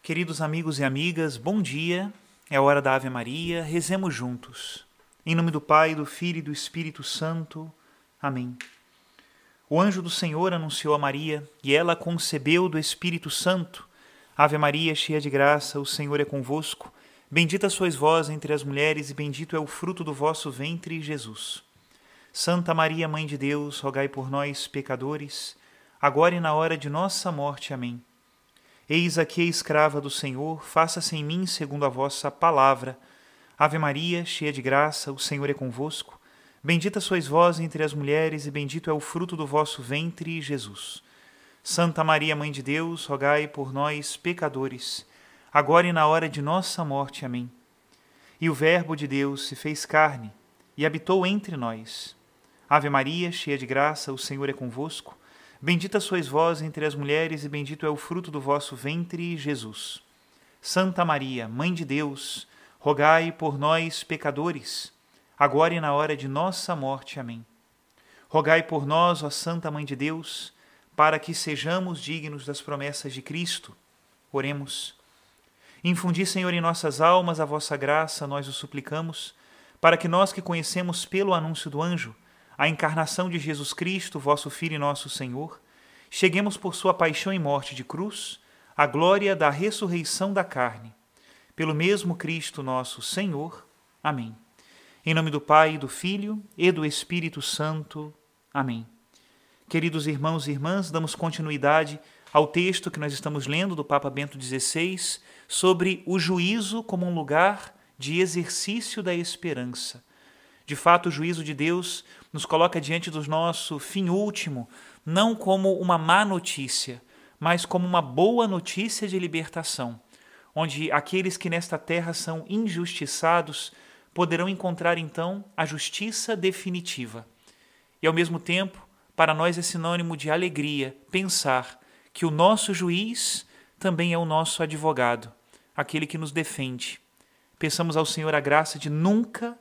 Queridos amigos e amigas, bom dia. É hora da Ave Maria, rezemos juntos. Em nome do Pai, do Filho e do Espírito Santo. Amém. O anjo do Senhor anunciou a Maria, e ela concebeu do Espírito Santo. Ave Maria, cheia de graça, o Senhor é convosco. Bendita sois vós entre as mulheres, e bendito é o fruto do vosso ventre, Jesus. Santa Maria, Mãe de Deus, rogai por nós, pecadores, agora e na hora de nossa morte. Amém. Eis aqui a escrava do Senhor, faça-se em mim segundo a vossa palavra. Ave Maria, cheia de graça, o Senhor é convosco. Bendita sois vós entre as mulheres, e bendito é o fruto do vosso ventre, Jesus. Santa Maria, Mãe de Deus, rogai por nós, pecadores, agora e na hora de nossa morte. Amém. E o Verbo de Deus se fez carne e habitou entre nós. Ave Maria, cheia de graça, o Senhor é convosco. Bendita sois vós entre as mulheres, e bendito é o fruto do vosso ventre, Jesus. Santa Maria, Mãe de Deus, rogai por nós, pecadores, agora e na hora de nossa morte. Amém. Rogai por nós, ó Santa Mãe de Deus, para que sejamos dignos das promessas de Cristo. Oremos. Infundi, Senhor, em nossas almas a vossa graça, nós o suplicamos, para que nós que conhecemos pelo anúncio do anjo a encarnação de Jesus Cristo, vosso Filho e nosso Senhor, cheguemos por sua paixão e morte de cruz à glória da ressurreição da carne. Pelo mesmo Cristo nosso Senhor. Amém. Em nome do Pai, do Filho e do Espírito Santo. Amém. Queridos irmãos e irmãs, damos continuidade ao texto que nós estamos lendo do Papa Bento XVI sobre o juízo como um lugar de exercício da esperança. De fato, o juízo de Deus nos coloca diante do nosso fim último, não como uma má notícia, mas como uma boa notícia de libertação, onde aqueles que nesta terra são injustiçados poderão encontrar então a justiça definitiva. E ao mesmo tempo, para nós é sinônimo de alegria pensar que o nosso juiz também é o nosso advogado, aquele que nos defende. Peçamos ao Senhor a graça de nunca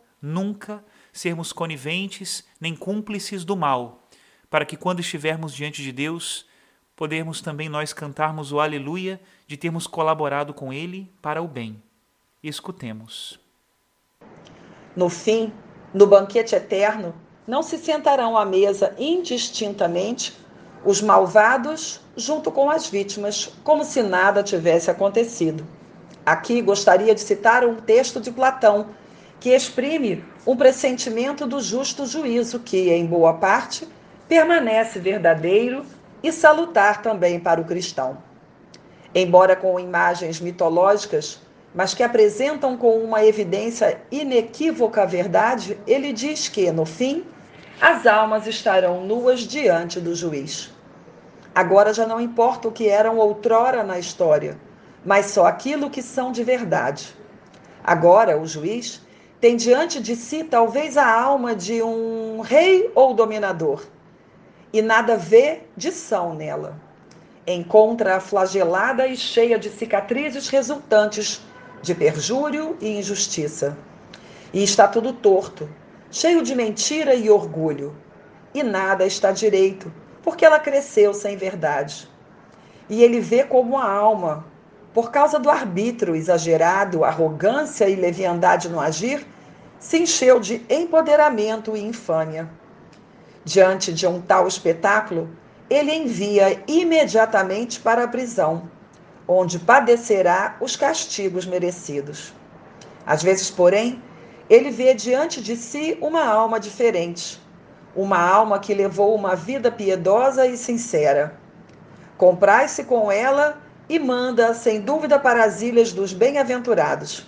sermos coniventes nem cúmplices do mal, para que quando estivermos diante de Deus, podermos também nós cantarmos o aleluia de termos colaborado com Ele para o bem. Escutemos. No fim, no banquete eterno, não se sentarão à mesa indistintamente os malvados junto com as vítimas, como se nada tivesse acontecido. Aqui gostaria de citar um texto de Platão, que exprime um pressentimento do justo juízo que, em boa parte, permanece verdadeiro e salutar também para o cristão. Embora com imagens mitológicas, mas que apresentam com uma evidência inequívoca a verdade, ele diz que, no fim, as almas estarão nuas diante do juiz. Agora já não importa o que eram outrora na história, mas só aquilo que são de verdade. Agora, o juiz tem diante de si talvez a alma de um rei ou dominador, e nada vê de são nela. Encontra-a flagelada e cheia de cicatrizes resultantes de perjúrio e injustiça. E está tudo torto, cheio de mentira e orgulho, e nada está direito, porque ela cresceu sem verdade. E ele vê como a alma, por causa do arbítrio exagerado, arrogância e leviandade no agir, se encheu de empoderamento e infâmia. Diante de um tal espetáculo, ele envia imediatamente para a prisão, onde padecerá os castigos merecidos. Às vezes, porém, ele vê diante de si uma alma diferente, uma alma que levou uma vida piedosa e sincera. Compraz-se com ela e manda, sem dúvida, para as ilhas dos bem-aventurados.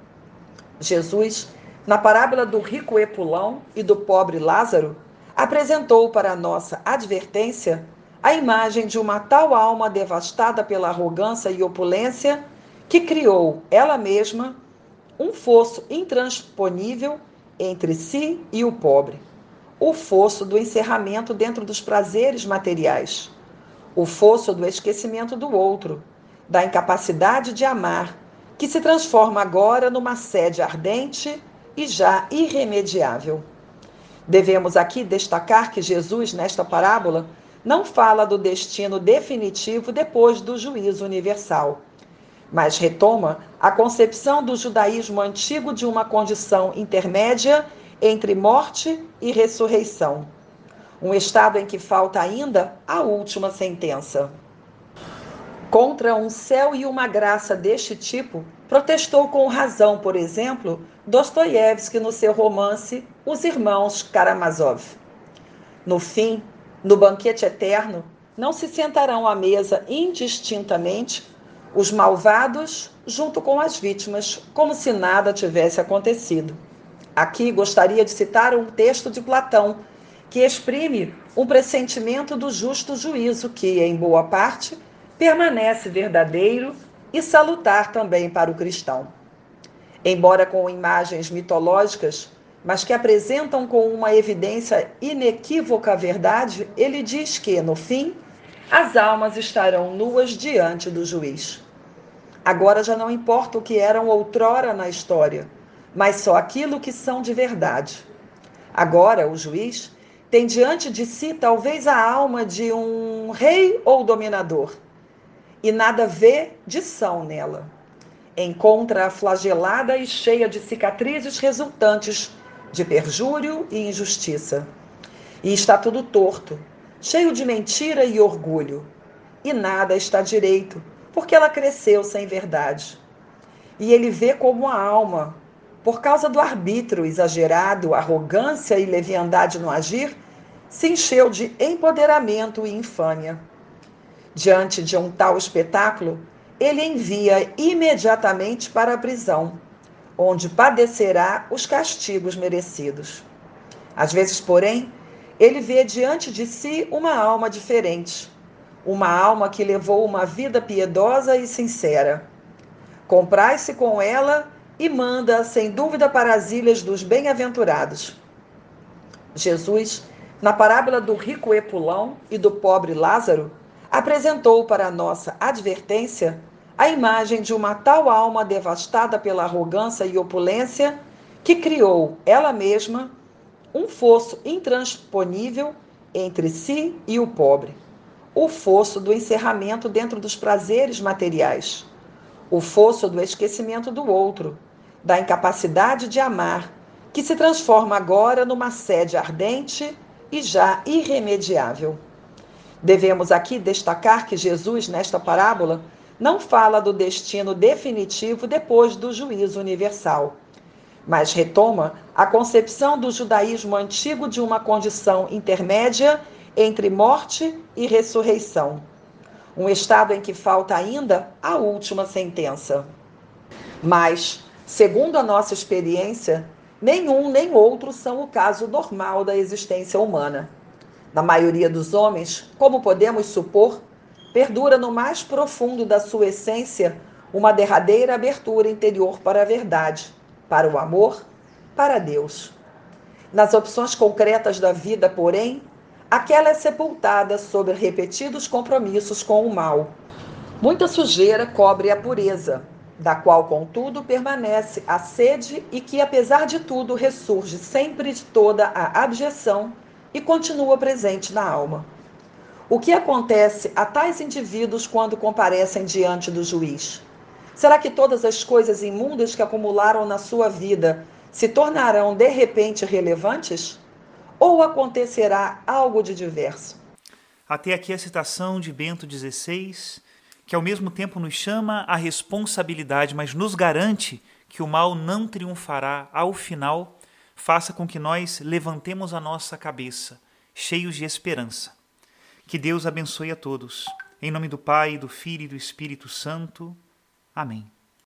Jesus, na parábola do rico Epulão e do pobre Lázaro, apresentou para nossa advertência a imagem de uma tal alma devastada pela arrogância e opulência que criou, ela mesma, um fosso intransponível entre si e o pobre, o fosso do encerramento dentro dos prazeres materiais, o fosso do esquecimento do outro, da incapacidade de amar, que se transforma agora numa sede ardente e já irremediável. Devemos aqui destacar que Jesus, nesta parábola, não fala do destino definitivo depois do juízo universal, mas retoma a concepção do judaísmo antigo de uma condição intermédia entre morte e ressurreição, um estado em que falta ainda a última sentença. Contra um céu e uma graça deste tipo, protestou com razão, por exemplo, Dostoiévski no seu romance Os Irmãos Karamazov. No fim, no banquete eterno, não se sentarão à mesa indistintamente os malvados junto com as vítimas, como se nada tivesse acontecido. Aqui gostaria de citar um texto de Platão, que exprime um pressentimento do justo juízo que, em boa parte, permanece verdadeiro e salutar também para o cristão. Embora com imagens mitológicas, mas que apresentam com uma evidência inequívoca a verdade, ele diz que, no fim, as almas estarão nuas diante do juiz. Agora já não importa o que eram outrora na história, mas só aquilo que são de verdade. Agora, o juiz tem diante de si talvez a alma de um rei ou dominador, e nada vê de são nela. Encontra-a flagelada e cheia de cicatrizes resultantes de perjúrio e injustiça. E está tudo torto, cheio de mentira e orgulho. E nada está direito, porque ela cresceu sem verdade. E ele vê como a alma, por causa do arbítrio exagerado, arrogância e leviandade no agir, se encheu de empoderamento e infâmia. Diante de um tal espetáculo, ele envia imediatamente para a prisão, onde padecerá os castigos merecidos. Às vezes, porém, ele vê diante de si uma alma diferente, uma alma que levou uma vida piedosa e sincera. Compraz-se com ela e manda, sem dúvida, para as ilhas dos bem-aventurados. Jesus, na parábola do rico Epulão e do pobre Lázaro, apresentou para a nossa advertência a imagem de uma tal alma devastada pela arrogância e opulência que criou ela mesma um fosso intransponível entre si e o pobre, o fosso do encerramento dentro dos prazeres materiais, o fosso do esquecimento do outro, da incapacidade de amar, que se transforma agora numa sede ardente e já irremediável. Devemos aqui destacar que Jesus, nesta parábola, não fala do destino definitivo depois do juízo universal, mas retoma a concepção do judaísmo antigo de uma condição intermédia entre morte e ressurreição, um estado em que falta ainda a última sentença. Mas, segundo a nossa experiência, nenhum nem outro são o caso normal da existência humana. Na maioria dos homens, como podemos supor, perdura no mais profundo da sua essência uma derradeira abertura interior para a verdade, para o amor, para Deus. Nas opções concretas da vida, porém, aquela é sepultada sob repetidos compromissos com o mal. Muita sujeira cobre a pureza, da qual, contudo, permanece a sede e que, apesar de tudo, ressurge sempre de toda a abjeção e continua presente na alma. O que acontece a tais indivíduos quando comparecem diante do juiz? Será que todas as coisas imundas que acumularam na sua vida se tornarão de repente relevantes? Ou acontecerá algo de diverso? Até aqui a citação de Bento XVI, que ao mesmo tempo nos chama à responsabilidade, mas nos garante que o mal não triunfará ao final, faça com que nós levantemos a nossa cabeça, cheios de esperança. Que Deus abençoe a todos. Em nome do Pai, do Filho e do Espírito Santo. Amém.